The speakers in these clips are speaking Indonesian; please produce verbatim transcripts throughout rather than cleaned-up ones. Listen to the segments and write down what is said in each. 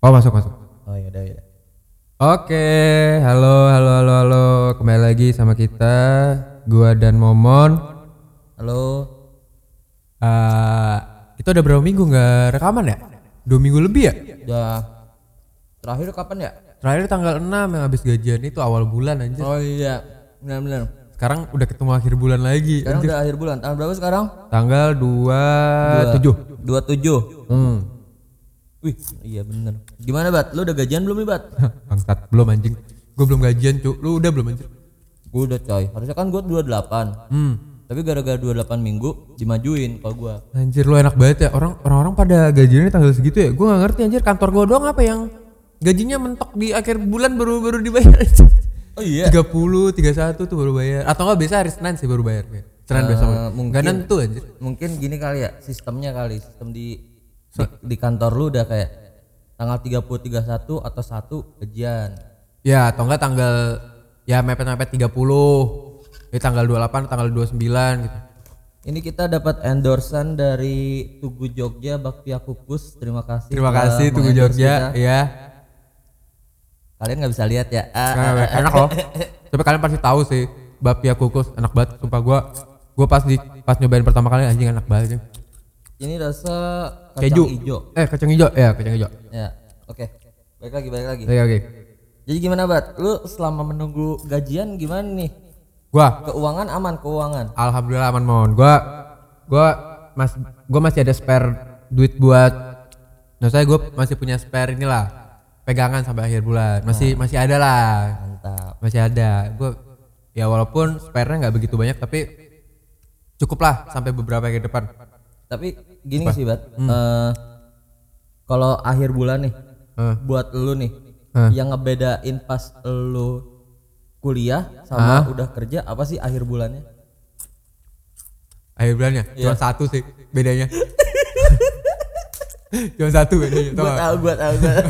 Oh masuk masuk. Oh ya udah ya. Oke, halo halo halo halo, kembali lagi sama kita, gua dan Momon. Halo. Uh, kita udah berapa minggu nggak rekaman ya? Dua minggu lebih ya? Udah. Terakhir kapan ya? Terakhir tanggal enam yang habis gajian itu awal bulan anjir. Oh iya, benar-benar. Sekarang udah ketemu akhir bulan lagi. Sekarang anjir. udah akhir bulan. Tanggal berapa sekarang? Tanggal dua puluh tujuh. dua puluh tujuh. Hmm. Wih, iya bener. Gimana Bat? Lu udah gajian belum nih Bat? Bangsat, belum anjing. Gue belum gajian, Cuk. Lu udah belum anjir? Gue udah coy. Harusnya kan gue dua puluh delapan. Hmm. Tapi gara-gara dua puluh delapan minggu dimajuin kalau gue. Anjir lu enak banget ya. Orang orang-orang pada gajiannya tanggal segitu ya. Gue gak ngerti anjir, kantor gue doang apa yang gajinya mentok di akhir bulan baru baru dibayar. Oh iya. tiga puluh, tiga puluh satu tuh baru bayar. Atau enggak biasa hari Senin sih baru bayar. Senin Uh, besok. mungkin- Gak nentu anjir. Mungkin gini kali ya, sistemnya kali. Sistem di di, di kantor lu udah kayak tanggal tiga puluh, tiga puluh satu atau satu gajian. Ya atau enggak tanggal ya mepet-mepet tiga puluh. Ya tanggal dua puluh delapan, tanggal dua puluh sembilan gitu. Ini kita dapat endorsan dari Tugu Jogja Bakpia Kukus. Terima kasih. Terima telah kasih Tugu mengendorse Jogja kita. ya. Kalian nggak bisa lihat ya. Ah, Nah, ah, ah. enak loh. Tapi kalian pasti tahu sih Bapia Kukus enak banget. Sumpah gua gua pas di pas nyobain pertama kali anjing enak banget. Ini rasa kacang Keju. hijau. Eh kacang hijau ya, kacang hijau. Ya, oke. Baik lagi, baik lagi. Oke oke. Jadi gimana Bat? Lu selama menunggu gajian gimana nih? Gua Keuangan aman, keuangan. alhamdulillah aman mon. Gua gua mas gua masih ada spare duit buat. Nah saya gua masih punya spare inilah pegangan sampai akhir bulan. Masih masih ada lah. Mantap. Masih ada. Gua ya walaupun spare-nya nggak begitu banyak tapi cukup lah sampai beberapa ke depan. Tapi gini sih Bat. Eh, kalau akhir bulan nih, Eh. buat lu nih, Eh. yang ngebedain pas lu kuliah sama udah kerja apa sih akhir bulannya? Akhir bulannya cuma satu sih bedanya. Cuma satu bedanya. Tau Gua nggak? tahu, gua tahu, gua tahu.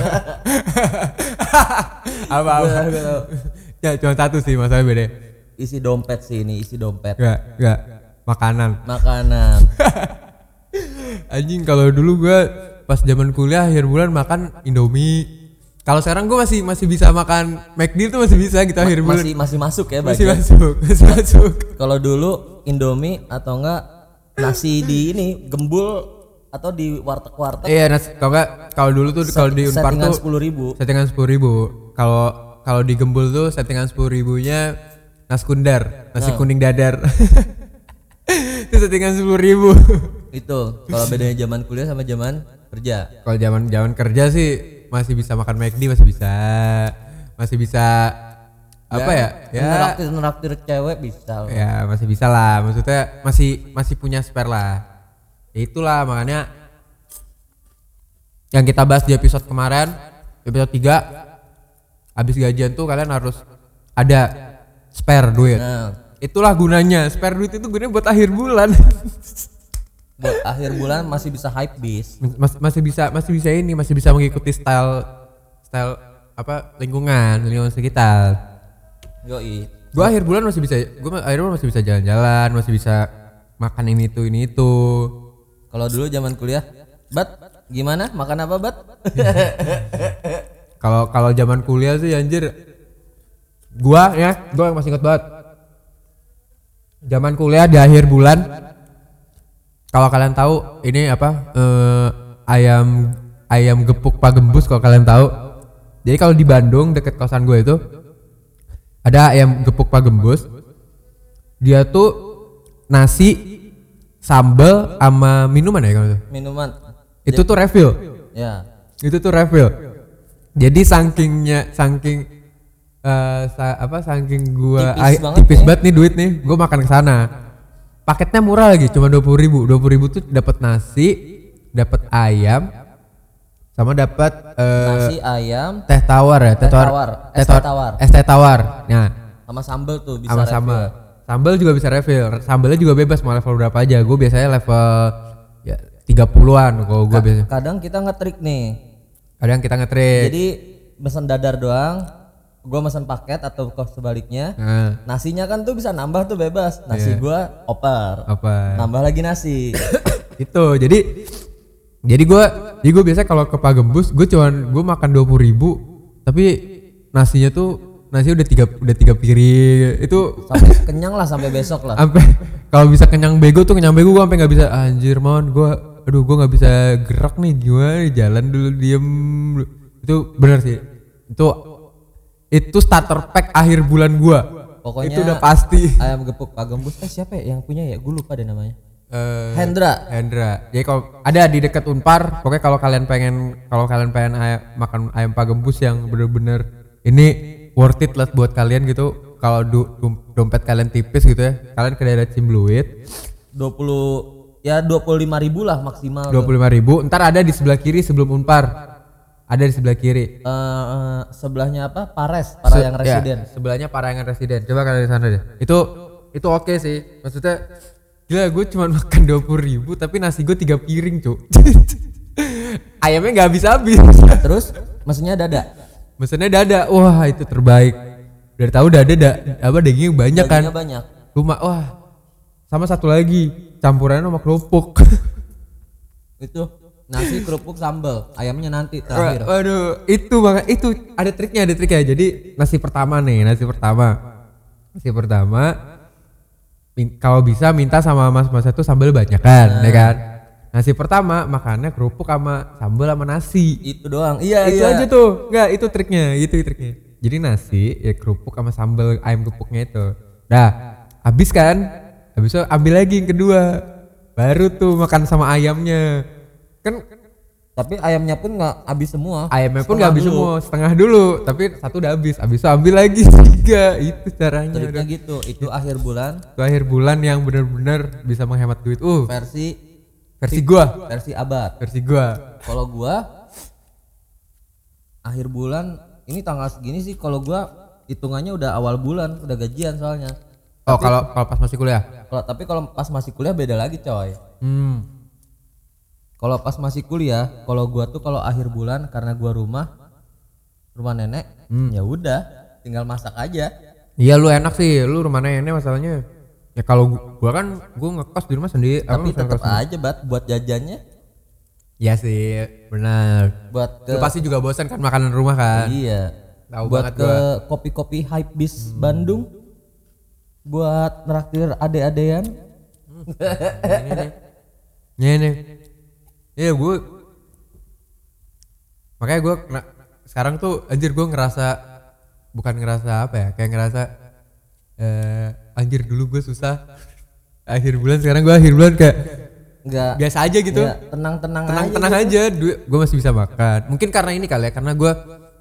apa apa? Gua tahu, gua tahu. Ya cuma satu sih masalah bedanya. Isi dompet sih ini, isi dompet. Gak gak makanan. Makanan. Anjing kalau dulu gua pas zaman kuliah akhir bulan makan Indomie. Kalau sekarang gua masih masih bisa makan McD tuh masih bisa gitu akhir bulan. Masih masih masuk ya Masih budget. masuk, masih masuk. Kalau dulu Indomie atau enggak nasi di ini gembul atau di warteg-warteg. Iya, nas kalau enggak kalau dulu tuh kalau di Unpar settingan tuh sepuluh ribu. settingan sepuluh ribu. Kalau kalau di Gembul tuh settingan sepuluh ribunya naskundar, nasi Nah. kuning dadar. Itu settingan sepuluh ribu. Itu kalau bedanya zaman kuliah sama zaman kerja. Kalau zaman zaman kerja sih masih bisa makan McD, masih bisa masih bisa apa ya? Ya, Neraktir neraktir cewek bisa. ya masih bisa lah. Maksudnya masih masih punya spare lah. Ya itulah makanya yang kita bahas di episode kemarin, episode tiga, habis gajian tuh kalian harus ada spare duit. Nah, Itulah gunanya, spare duit itu gunanya buat akhir bulan. buat akhir bulan masih bisa hype bis. Mas, masih bisa masih bisa ini, masih bisa mengikuti style style apa lingkungan, lingkungan sekitar. Yoi. Gua akhir bulan masih bisa, gua akhir bulan masih bisa jalan-jalan, masih bisa makan ini itu ini itu. Kalau dulu zaman kuliah, Bat, gimana? Makan apa, Bat? Kalau kalau zaman kuliah sih anjir, gua ya, gua masih inget banget. Zaman kuliah di akhir bulan, kalau kalian tahu ini apa eh, ayam ayam gepuk Pak Gembus kalau kalian tahu. Jadi kalau di Bandung deket kosan gue itu ada ayam gepuk Pak Gembus. Dia tuh nasi, sambal sama minuman ya kalau itu. Minuman. Itu tuh refill. Ya. Itu tuh refill. Jadi sakingnya saking eh, sa- apa saking gua Tipis ay- banget tipis ya. banget nih duit nih, gua makan ke sana. Paketnya murah lagi, cuma dua puluh ribu. dua puluh ribu tuh dapat nasi, dapat ayam, sama dapat eh, Nasi ayam teh tawar ya, teh Teh tawar, tawar, teh es teh tawar. es teh tawar. Nah, sama sambal tuh bisa sama refill. sambal. Sambal juga bisa refill. Sambalnya juga bebas mau level berapa aja. Gue biasanya level ya tiga puluhan kalau gue biasanya. Kadang kita ngetrik nih. Kadang kita nge-trade. Jadi pesan dadar doang, gua pesan paket atau kok sebaliknya. Nah, Nasinya kan tuh bisa nambah tuh bebas. Nasi Iya. gua oper. apa? Nambah lagi nasi. Itu jadi Jadi gue, jadi gue biasa kalau ke Pak Gembus, gue cuman gue makan dua puluh ribu, tapi nasinya tuh nasi udah tiga udah tiga piring itu. Sampai kenyang lah sampai besok lah. Sampai kalau bisa kenyang bego tuh kenyang bego gue sampai nggak bisa anjir mon gue, aduh gue nggak bisa gerak nih gimana jalan dulu diem itu bener sih itu itu starter pack akhir bulan gue. Pokoknya itu udah pasti. Ayam gepuk Pak Gembus. Eh siapa ya yang punya ya? Gue lupa deh namanya. Uh, Hendra. Hendra. Jadi kalau ada di dekat Unpar, pokoknya kalau kalian pengen kalau kalian pengen ayam, makan ayam Pak Gembus yang bener-bener ini worth it lah buat kalian gitu. Kalau do, dompet kalian tipis gitu ya, kalian ke daerah Cimbluit. dua puluh ya dua puluh lima ribu lah maksimal. dua puluh lima ribu. Ntar ada di sebelah kiri sebelum Unpar. Ada di sebelah kiri. Uh, uh, sebelahnya apa? Pares, Parayangan Se- Residen. Ya, sebelahnya Parayangan Residen. Coba kalian di sana deh. Itu itu oke okay sih. Maksudnya gila gue cuma makan dua puluh ribu tapi nasi gue tiga piring cuk. Ayamnya nggak habis-habis. Terus mesennya dada. Mesennya dada. Wah itu terbaik. Udah tahu dada da, apa dagingnya banyak Dagingnya kan. banyak. Rumah wah. Sama satu lagi campurannya sama kerupuk. Itu nasi kerupuk sambal. Ayamnya nanti terakhir. Waduh itu banget itu ada triknya ada triknya. Jadi nasi pertama nih nasi pertama. Nasi pertama. Kalau bisa minta sama mas-mas itu sambal banyak kan, nah. ya kan? Nasi pertama makannya kerupuk sama sambal sama nasi. Itu doang. Iya itu iya. aja tuh. Enggak, itu triknya, itu triknya. Jadi nasi ya kerupuk sama sambal ayam gepuknya itu. Dah, habis kan? Habis itu ambil lagi yang kedua. Baru tuh makan sama ayamnya. Kan tapi ayamnya pun nggak habis semua. Ayamnya pun nggak habis semua, setengah dulu. Tapi satu udah habis, habis itu ambil lagi tiga. Itu caranya. Triknya gitu. Itu akhir bulan. Itu akhir bulan yang benar-benar bisa menghemat duit. Uh. Versi versi gua. Versi abad. Versi gua. Kalau gua akhir bulan ini tanggal segini sih. Kalau gua hitungannya udah awal bulan, udah gajian soalnya. Oh kalau kalau pas masih kuliah. Kalau tapi kalau pas masih kuliah beda lagi coy. Hmm. Kalau pas masih kuliah, kalau gua tuh kalau akhir bulan karena gua rumah rumah nenek, hmm. ya udah tinggal masak aja. Iya lu enak sih, lu rumah nenek masalahnya. Ya kalau gua kan gua ngekos di rumah sendiri. Tapi tetap aja bat buat jajannya. Iya sih, benar. Buat ke, lu pasti juga bosan kan makanan rumah kan. Iya. Tahu buat banget ke gua. kopi-kopi hype bis hmm. Bandung. Buat nraktir ade-adean. Hmm. Ini nih. Ini nih. Iya gue makanya gue sekarang tuh anjir gue ngerasa bukan ngerasa apa ya kayak ngerasa eh, anjir dulu gue susah akhir bulan sekarang gue akhir bulan kayak nggak biasa aja gitu ya, tenang-tenang tenang aja tenang gitu. aja duit gue masih bisa makan mungkin karena ini kali ya karena gue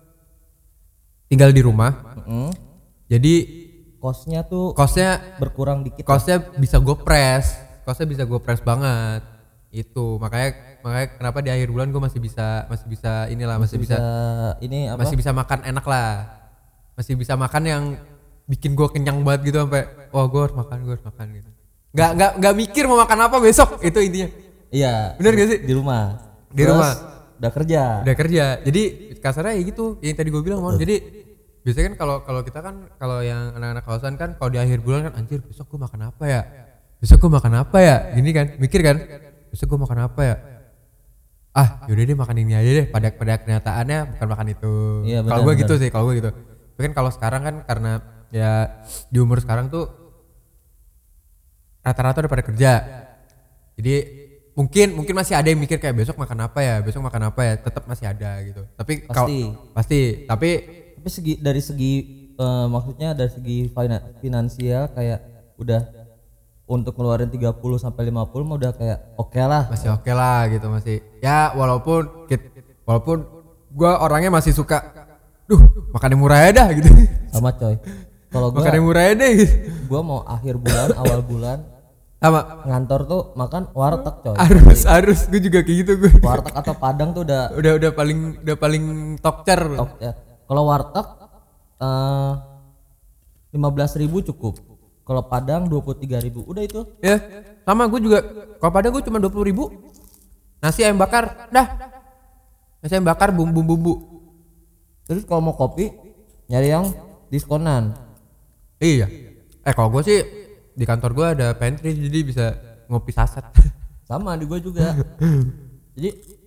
tinggal di rumah mm-hmm. jadi kosnya tuh kosnya berkurang dikit kosnya lah. bisa gue press kosnya bisa gue press banget itu makanya makanya kenapa di akhir bulan gue masih bisa masih bisa inilah masih, masih bisa, bisa ini apa? masih bisa makan enak lah masih bisa makan yang bikin gue kenyang banget gitu sampai wah gue harus makan gue harus makan gitu nggak nggak nggak mikir mau makan apa besok itu intinya iya benar gak sih di rumah di terus rumah udah kerja udah kerja jadi kasarnya ya gitu yang tadi gue bilang mau jadi biasanya kan kalau kalau kita kan kalau yang anak-anak kawasan kan kalau di akhir bulan kan anjir besok gue makan apa ya besok gue makan apa ya gini kan mikir kan besok gue makan apa ya ah yaudah deh makan ini aja deh pada pada kenyataannya bukan makan itu iya, kalau gue gitu sih kalau gue gitu tapi kan kalau sekarang kan karena ya di umur sekarang tuh rata-rata udah pada kerja jadi mungkin mungkin masih ada yang mikir kayak besok makan apa ya besok makan apa ya tetap masih ada gitu tapi pasti kalo, pasti tapi tapi segi dari segi uh, maksudnya dari segi fina- finansial kayak udah untuk ngeluarin tiga puluh sampai lima puluh mah udah kayak oke okay lah. Masih oke okay lah gitu masih. Ya walaupun walaupun gua orangnya masih suka duh, makan yang murah aja dah gitu. Sama coy. Kalau gua makan yang murah aja deh gitu. Gua mau akhir bulan, awal bulan sama ngantor tuh makan warteg coy. Harus harus gua juga kayak gitu gua. Warteg atau Padang tuh udah udah udah paling udah paling tokcer. Tok, ya. Kalau warteg uh, lima belas ribu cukup. Kalau Padang dua puluh tiga ribu udah itu ya sama gue juga kalau Padang gue cuma dua puluh ribu nasi ayam bakar dah nasi ayam bakar bumbu-bumbu terus kalau mau kopi nyari yang diskonan iya eh kalau gue sih di kantor gue ada pantry jadi bisa ngopi saset sama di gue juga jadi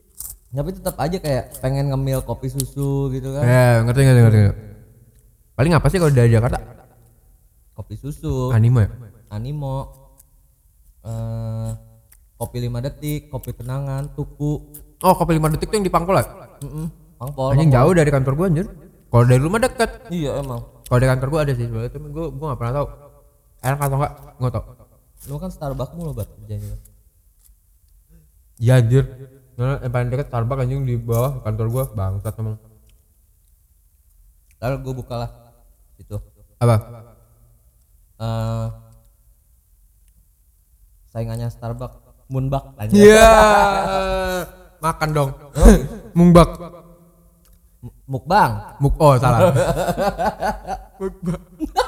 Tapi tetap aja kayak pengen ngemil kopi susu gitu kan. Ya, ngerti ngerti ngerti. Paling apa sih kalau dari Jakarta? Kopi susu, Animo ya? Animo, eh, kopi lima detik, kopi kenangan, tuku. Oh, kopi lima detik tuh yang di Pangpol ya? Mm-mm, Pangpol. Anjing Pangpol. jauh dari kantor gua anjir. Kalau dari rumah deket. Iya emang. Kalau dari kantor gua ada sih sebenarnya, tapi gua gua enggak pernah tahu. Enak atau enggak? Enggak tahu. Lu kan Starbucks mulu bat kerjanya. Ya anjir. Nah, yang paling dekat Starbucks anjing di bawah kantor gua, bangsat emang. Lalu gue bukalah itu. Apa? Eh saingannya Starbucks, Moonbak anjir. Iya. Makan dong. Mungbak. M- Mukbang. Muk oh salah. Mukbang.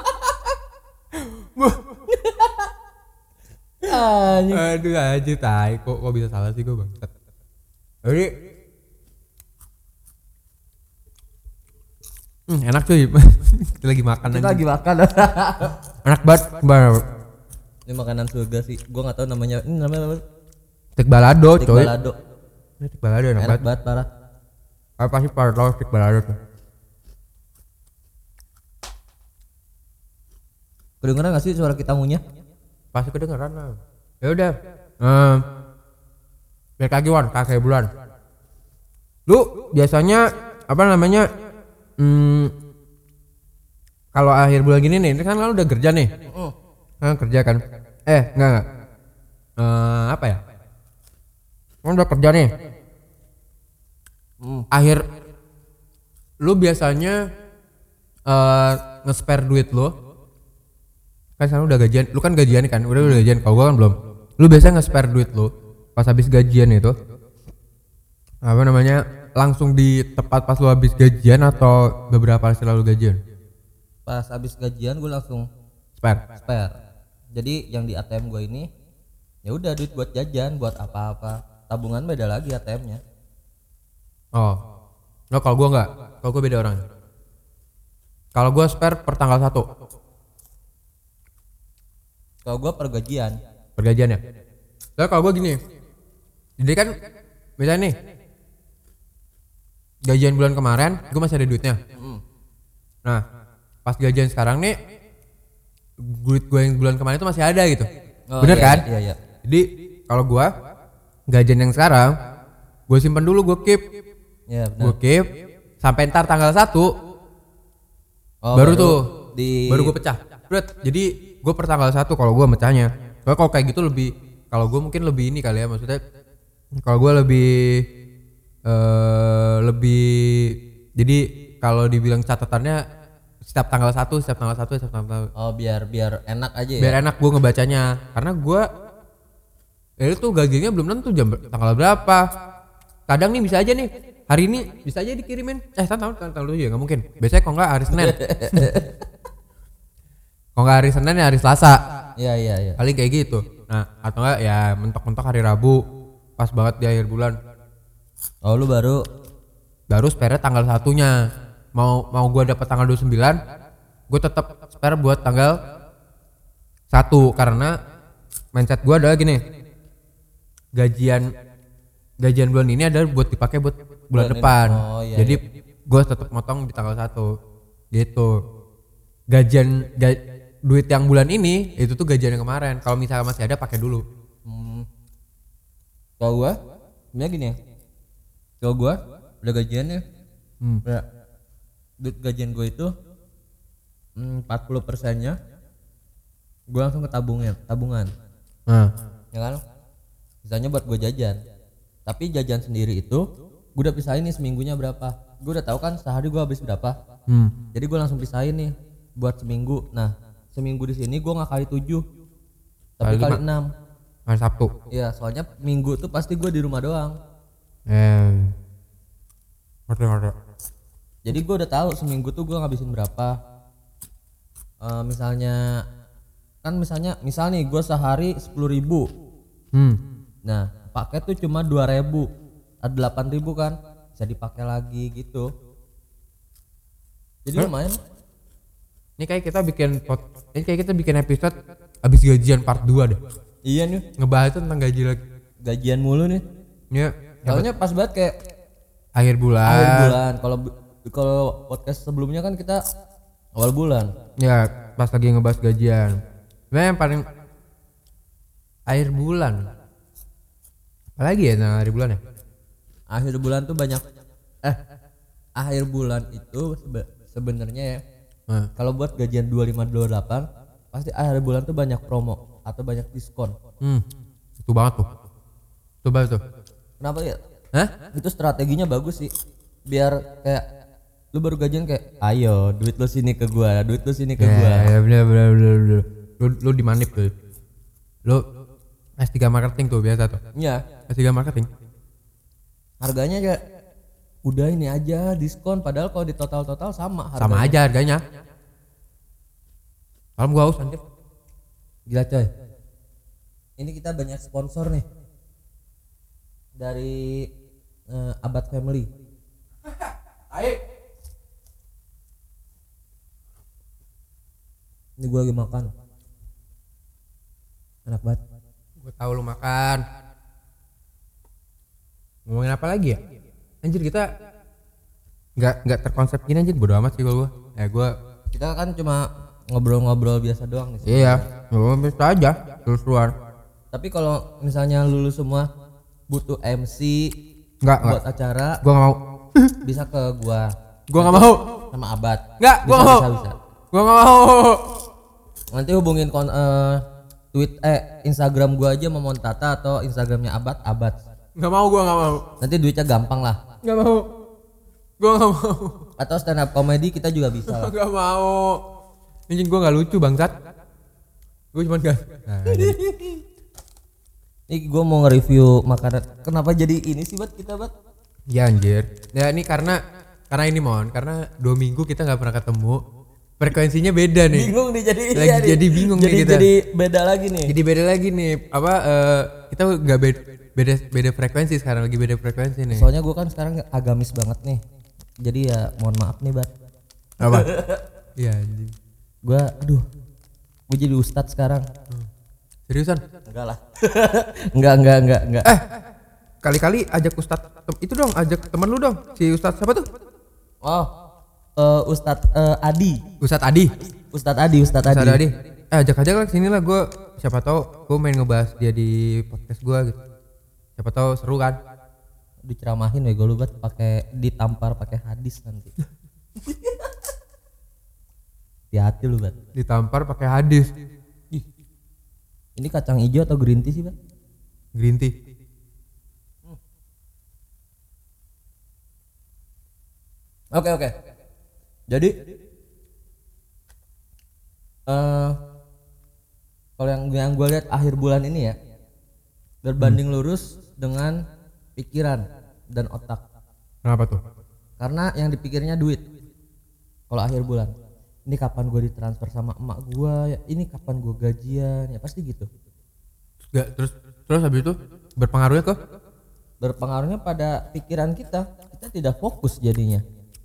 Anjing. Aduh aja tai kok kok bisa salah sih gua bangsat. Jadi hmm, enak cuy. Kita lagi makan Kita aja. lagi makan. Enak banget. Banget. Ini makanan surga sih. Gua enggak tahu namanya. Ini namanya apa? Tik balado Tik coy. balado. Ini tik balado enak, Enak banget. banget parah. Apa sih pada tahu tik balado tuh? Kedengeran gak sih suara kita ngunyah? Pasti kedengeran lah. Ya udah. Ehm balik lagi Wan, kakek bulan. Lu biasanya apa namanya? Hmm, kalau akhir bulan gini nih, ini kan lu udah kerja nih. Heeh. Kan kerja kan? Eh, enggak enggak. Eh, apa ya? Kan udah kerja nih. Hmm. Akhir lu biasanya eh nge-spare duit lu. Kan sekarang udah gajian, lu kan gajian kan? Udah udah gajian, kalau gua kan belum. Lu biasanya nge-spare duit lu pas habis gajian itu. Apa namanya? Langsung di tepat pas lu habis gajian atau beberapa hari setelah lu gajian? Pas habis gajian gue langsung Spare. spare. Jadi yang di A T M gue ini ya udah duit buat jajan, buat apa-apa. Tabungan beda lagi A T M-nya. Oh. Nah, kalau gua enggak. Kalau gua beda orang. Kalau gua spare per tanggal satu. Kalau gue per gajian. Pergajian ya. Soalnya kalau gua gini. Jadi kan misalnya nih gajian bulan kemarin gua masih ada duitnya. Mm. Nah, pas gajian sekarang nih duit gua yang bulan kemarin itu masih ada gitu. Oh, Bener iya, kan? Iya, iya. Jadi kalau gua gajian yang sekarang gua simpan dulu, gua keep. Iya, benar. Gua keep sampai ntar tanggal satu Oh, baru, tuh di baru gua pecah. Bret, jadi gua per tanggal satu kalau gua mecahnya. Soalnya kalau kayak gitu lebih, kalau gua mungkin lebih ini kali ya, maksudnya kalau gua lebih eh lebih jadi kalau dibilang catatannya setiap tanggal satu, setiap tanggal satu, setiap tanggal Oh, biar biar enak aja ya. biar enak gua ngebacanya. Karena gua ya itu gajinya belum tentu jam tanggal berapa. Kadang nih bisa aja nih hari ini bisa aja dikirimin. Eh tanggal tanggal dulu ya nggak mungkin. Biasanya kok nggak hari Senin. Kok nggak hari Senin ya hari Selasa. Iya, iya, iya. Paling kayak gitu. Nah atau enggak ya mentok-mentok hari Rabu pas banget di akhir bulan. Oh, lu baru Baru spare tanggal satunya. Mau mau gua dapat tanggal dua puluh sembilan, gua tetap spare buat tanggal satu karena mindset gua adalah gini. Gajian gajian bulan ini adalah buat dipakai buat bulan Bulan ini. depan. Oh, iya, Jadi gua tetap motong di tanggal satu. Gitu. Gajian ga- duit yang bulan ini itu tuh gajian yang kemarin. Kalau misalnya masih ada pakai dulu. hmm, kalau gua sebenarnya gini ya. Kalau gua udah gajiannya Hmm. ya, duit gajian gue itu mm, empat puluh persennya gue langsung ke tabungnya tabungan Nah, ya kan, misalnya buat gue jajan, tapi jajan sendiri itu gue udah pisahin nih seminggunya berapa, gue udah tahu kan sehari gue habis berapa, hmm. jadi gue langsung pisahin nih buat seminggu. Nah seminggu di sini gue nggak kali tujuh tapi Kali kali lima. enam. Hari Sabtu. Ya soalnya minggu tuh pasti gue di rumah doang, Eh. Ngerti ngerti. jadi gue udah tahu seminggu tuh gue ngabisin berapa. Eh, misalnya kan misalnya misal nih gue sehari sepuluh ribu, Hmm. nah paket tuh cuma dua ribu, ada delapan ribu kan bisa dipakai lagi gitu, jadi Hah? lumayan. Ini kayak kita bikin pot, ini kayak kita bikin episode abis gajian part dua deh. Iya nih Ngebahas tentang gaji lagi. gajian mulu nih, Ya, soalnya pas banget kayak Akhir bulan. Akhir bulan. Kalau kalau podcast sebelumnya kan kita awal bulan. Ya, pas lagi ngebahas gajian. Sebenarnya yang paling akhir bulan. Apalagi ya nah akhir bulan ya? Akhir bulan tuh banyak eh akhir bulan itu sebe- sebenarnya ya. Nah. Kalau buat gajian dua puluh lima dua puluh delapan pasti akhir bulan tuh banyak promo atau banyak diskon. Hmm. Itu banget tuh. Itu banget tuh. Kenapa ya? Hah? Itu strateginya bagus sih. Biar kayak lu baru gajian kayak ayo duit lu sini ke gua, duit lu sini ke Ya, gua. ya bener bener bener bener. Lu lu dimanip tuh. Lu S tiga marketing tuh biasa tuh. Iya. S tiga marketing. Harganya kayak udah ini aja diskon padahal kalau di total-total sama harganya. Sama aja harganya. Kalau gua haus anjir. Gila coy. Ini kita banyak sponsor nih. Dari eh, Abad Family. Ayo. Ini gua lagi makan. Enak banget. Gua tahu lu makan. Ngomongin apa lagi ya? Anjir kita nggak nggak terkonsep gini anjir, bodo amat sih kalau gua. Ya gua Kita kan cuma ngobrol-ngobrol biasa doang nih. iya, ngomong biasa aja, terus-terusan. Tapi kalau misalnya lulu semua butuh M C Enggak, buat enggak. acara Gua nggak mau. bisa ke gua Gua nggak mau. sama Abad. Enggak, gua Bisa, nggak mau. bisa, bisa. Gua nggak mau. Nanti hubungin kon eh, tweet eh Instagram gua aja Momon Tata atau Instagramnya Abad Abad. Nggak mau, gua nggak mau. Nanti duitnya gampang lah. Nggak mau. Gua nggak mau. Atau stand up comedy kita juga bisa lah. Nggak mau. Anjing gua nggak lucu bangsat. Gua cuma gak. Nah, jadi. Nih gua mau nge-review makanan. Kenapa jadi ini sih Bat kita Bat? Ya anjir. Ya ini karena karena ini Mon, karena dua minggu kita nggak pernah ketemu. Frekuensinya beda nih. Bingung nih jadi Lagi iya nih. jadi bingung jadi, nih kita. Jadi beda lagi nih. Jadi beda lagi nih. Apa eh, kita nggak beda, beda beda frekuensi sekarang, lagi beda frekuensi nih. Soalnya gua kan sekarang agamis banget nih. Jadi ya mohon maaf nih Bat. Apa? Iya anjing. Gua aduh. Gua jadi ustadz sekarang. Seriusan? Enggak lah. enggak, enggak, enggak, enggak. Eh, kali-kali ajak Ustadz tem- itu dong, ajak temen lu dong. Si Ustadz siapa tuh? Oh. eh, Ustadz eh, Adi. Ustadz Adi. Ustadz Adi, Ustadz Adi. Ustadz Adi. Eh, ajak aja lah sini lah, gue siapa tahu gue main ngebahas dia di podcast gue gitu. Siapa tahu seru kan? Diceramahin we lu Bat pakai ditampar pakai hadis nanti. Hati-hati lu Bat. Ditampar pakai hadis. Ih. Ini kacang hijau atau green tea sih Bat? Green tea. Oke oke. Jadi eh kalau yang yang gue lihat akhir bulan ini ya berbanding lurus dengan pikiran dan otak. Kenapa tuh? Karena yang dipikirnya duit. Kalau akhir bulan, ini kapan gue ditransfer sama emak gue, ya ini kapan gue gajian, ya pasti gitu. Gak, terus terus habis itu berpengaruhnya ke? Berpengaruhnya pada pikiran kita, kita tidak fokus jadinya.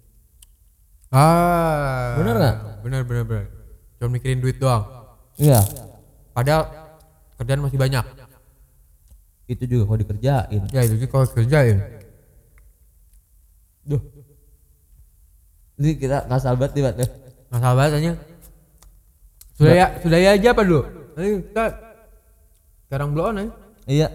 Ah. Bener nggak? Bener bener bener. Cuma mikirin duit doang. Iya. Padahal kerjaan masih banyak. Itu juga kalau dikerjain. Ya itu sih kalau kerjain. Duh. Ini kita ngasal banget nih Bat ya. Masalah banget aja. Sudah ya, sudah ya aja apa dulu? Nanti kita sekarang blow on aja. Iya.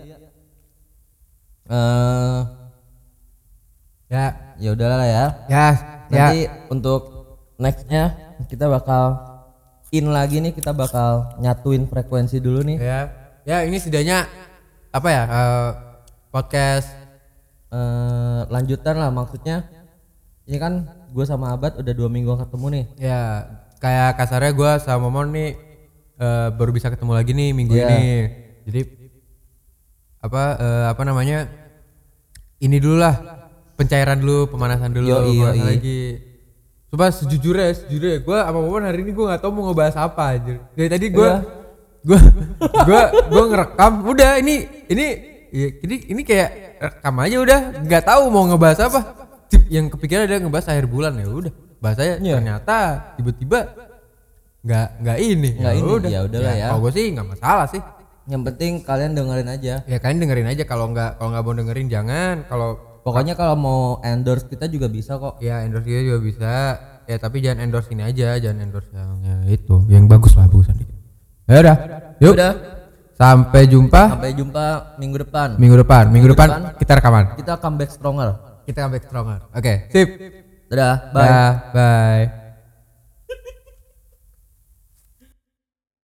Eh Ya, ya udahlah lah ya. ya, Nanti ya. untuk nextnya kita bakal in lagi nih, kita bakal nyatuin frekuensi dulu nih. Ya, ya ini setidaknya apa ya? eh, podcast. Eh lanjutan lah maksudnya. Ini kan gue sama Abad udah dua minggu gak ketemu nih. Ya, kayak kasarnya gue sama Momon nih eh, baru bisa ketemu lagi nih minggu Iya. ini. Jadi apa eh, apa namanya? Ini dulu lah, pencairan dulu, pemanasan dulu, Yoi, pemanasan yoi. lagi. Coba sejujurnya, sejujurnya gue sama Momon hari ini gue nggak tahu mau ngebahas apa aja. Dari tadi gue, Iya. gue, gue, gue ngerekam. Udah ini, ini, ya, ini, ini kayak rekam aja udah. Nggak tahu mau ngebahas apa. Tip yang kepikiran ada ngebahas akhir bulan ya udah. Bahasanya Iya. ternyata tiba-tiba nggak nggak ini. Nggak ini, udah. ya udahlah ya. Kalau gue sih nggak masalah sih. Yang penting kalian dengerin aja. Ya kalian dengerin aja, kalau nggak kalau nggak mau dengerin jangan. Kalau Pokoknya kalau mau endorse kita juga bisa kok. Ya endorse kita juga bisa. Ya tapi jangan endorse ini aja, jangan endorse yang ya, itu, yang bagus lah bagusan dikit. Ya udah, yuk. Udah. Sampai jumpa. Sampai jumpa minggu depan. Minggu depan, minggu, Minggu depan, depan kita rekaman. Kita comeback stronger. Kita comeback stronger. Oke, okay. Sip. Dadah, bye. Dah, bye.